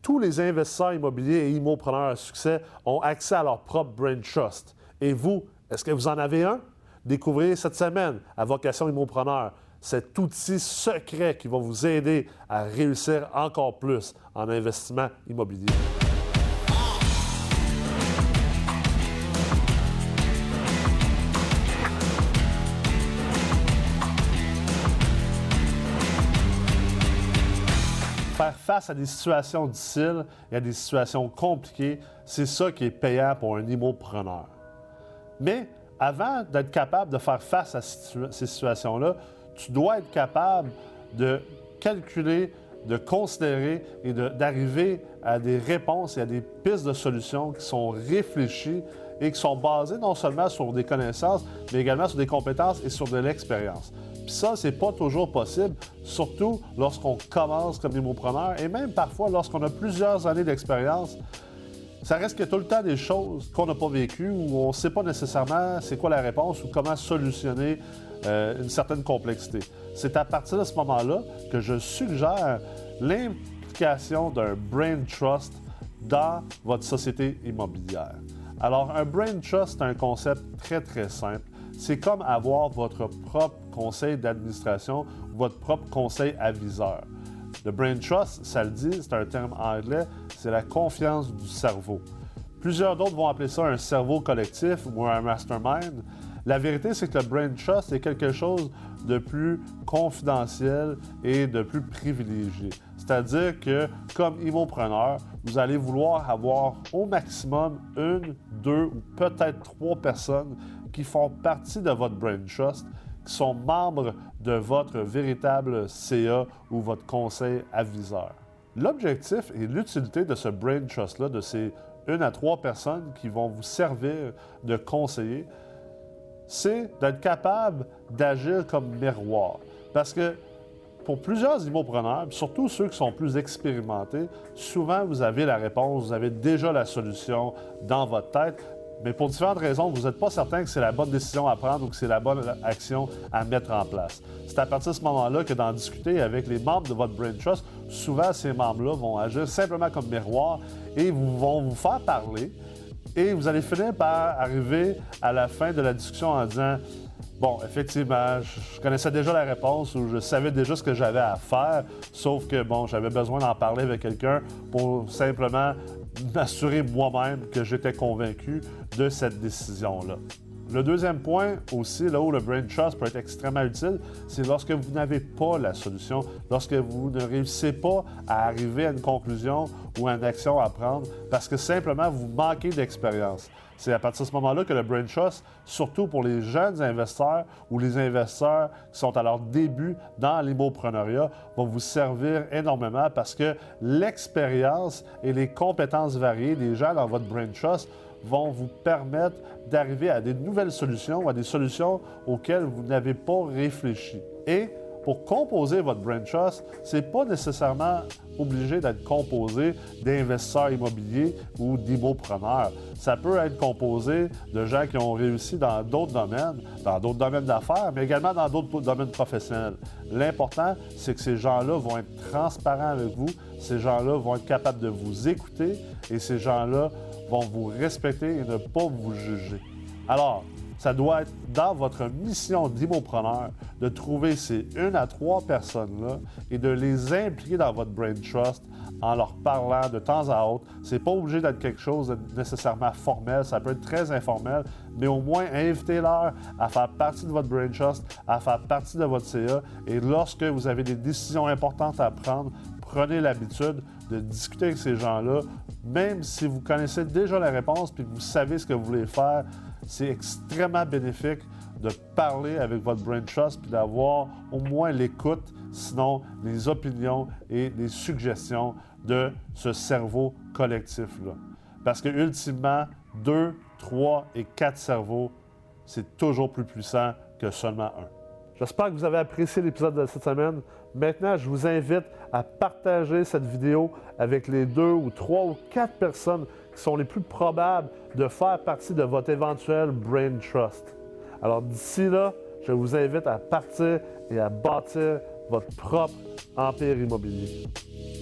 tous les investisseurs immobiliers et immopreneurs à succès ont accès à leur propre Brain Trust. Et vous, est-ce que vous en avez un? Découvrez cette semaine à Vocation Immopreneur cet outil secret qui va vous aider à réussir encore plus en investissement immobilier. Faire face à des situations difficiles et à des situations compliquées, c'est ça qui est payant pour un immopreneur. Mais avant d'être capable de faire face à ces situations-là, tu dois être capable de calculer, de considérer et d'arriver à des réponses et à des pistes de solutions qui sont réfléchies et qui sont basées non seulement sur des connaissances, mais également sur des compétences et sur de l'expérience. Puis ça, c'est pas toujours possible, surtout lorsqu'on commence comme immopreneur et même parfois lorsqu'on a plusieurs années d'expérience. Ça reste que tout le temps des choses qu'on n'a pas vécues ou on ne sait pas nécessairement c'est quoi la réponse ou comment solutionner une certaine complexité. C'est à partir de ce moment-là que je suggère l'implication d'un Brain Trust dans votre société immobilière. Alors, un Brain Trust, c'est un concept très, très simple. C'est comme avoir votre propre conseil d'administration ou votre propre conseil aviseur. Le Brain Trust, ça le dit, c'est un terme anglais, c'est la confiance du cerveau. Plusieurs d'autres vont appeler ça un cerveau collectif ou un mastermind. La vérité, c'est que le Brain Trust est quelque chose de plus confidentiel et de plus privilégié. C'est-à-dire que, comme immopreneur, vous allez vouloir avoir au maximum une, deux ou peut-être trois personnes qui font partie de votre Brain Trust, qui sont membres de votre véritable CA ou votre conseil aviseur. L'objectif et l'utilité de ce Brain Trust-là, de ces une à trois personnes qui vont vous servir de conseiller, c'est d'être capable d'agir comme miroir. Parce que pour plusieurs immopreneurs, surtout ceux qui sont plus expérimentés, souvent vous avez la réponse, vous avez déjà la solution dans votre tête, mais pour différentes raisons, vous n'êtes pas certain que c'est la bonne décision à prendre ou que c'est la bonne action à mettre en place. C'est à partir de ce moment-là que d'en discuter avec les membres de votre Brain Trust, souvent ces membres-là vont agir simplement comme miroir et vont vous faire parler. Et vous allez finir par arriver à la fin de la discussion en disant « Bon, effectivement, je connaissais déjà la réponse ou je savais déjà ce que j'avais à faire, sauf que, bon, j'avais besoin d'en parler avec quelqu'un pour simplement m'assurer moi-même que j'étais convaincu de cette décision-là. » Le deuxième point aussi, là où le Brain Trust peut être extrêmement utile, c'est lorsque vous n'avez pas la solution, lorsque vous ne réussissez pas à arriver à une conclusion ou à une action à prendre parce que simplement vous manquez d'expérience. C'est à partir de ce moment-là que le Brain Trust, surtout pour les jeunes investisseurs ou les investisseurs qui sont à leur début dans l'immoprenariat, va vous servir énormément parce que l'expérience et les compétences variées des gens dans votre Brain Trust vont vous permettre d'arriver à des nouvelles solutions ou à des solutions auxquelles vous n'avez pas réfléchi. Et pour composer votre Brain Trust, ce n'est pas nécessairement obligé d'être composé d'investisseurs immobiliers ou d'immopreneurs. Ça peut être composé de gens qui ont réussi dans d'autres domaines d'affaires, mais également dans d'autres domaines professionnels. L'important, c'est que ces gens-là vont être transparents avec vous, ces gens-là vont être capables de vous écouter et ces gens-là vont vous respecter et ne pas vous juger. Alors, ça doit être dans votre mission d'immopreneur de trouver ces une à trois personnes-là et de les impliquer dans votre Brain Trust en leur parlant de temps à autre. C'est pas obligé d'être quelque chose de nécessairement formel, ça peut être très informel, mais au moins invitez-leur à faire partie de votre Brain Trust, à faire partie de votre CA et lorsque vous avez des décisions importantes à prendre, prenez l'habitude de discuter avec ces gens-là, même si vous connaissez déjà la réponse et que vous savez ce que vous voulez faire. C'est extrêmement bénéfique de parler avec votre Brain Trust puis d'avoir au moins l'écoute, sinon les opinions et les suggestions de ce cerveau collectif-là. Parce que ultimement, 2, 3 et 4 cerveaux, c'est toujours plus puissant que seulement un. J'espère que vous avez apprécié l'épisode de cette semaine. Maintenant, je vous invite à partager cette vidéo avec les 2 ou 3 ou 4 personnes qui sont les plus probables de faire partie de votre éventuel Brain Trust. Alors d'ici là, je vous invite à partir et à bâtir votre propre empire immobilier.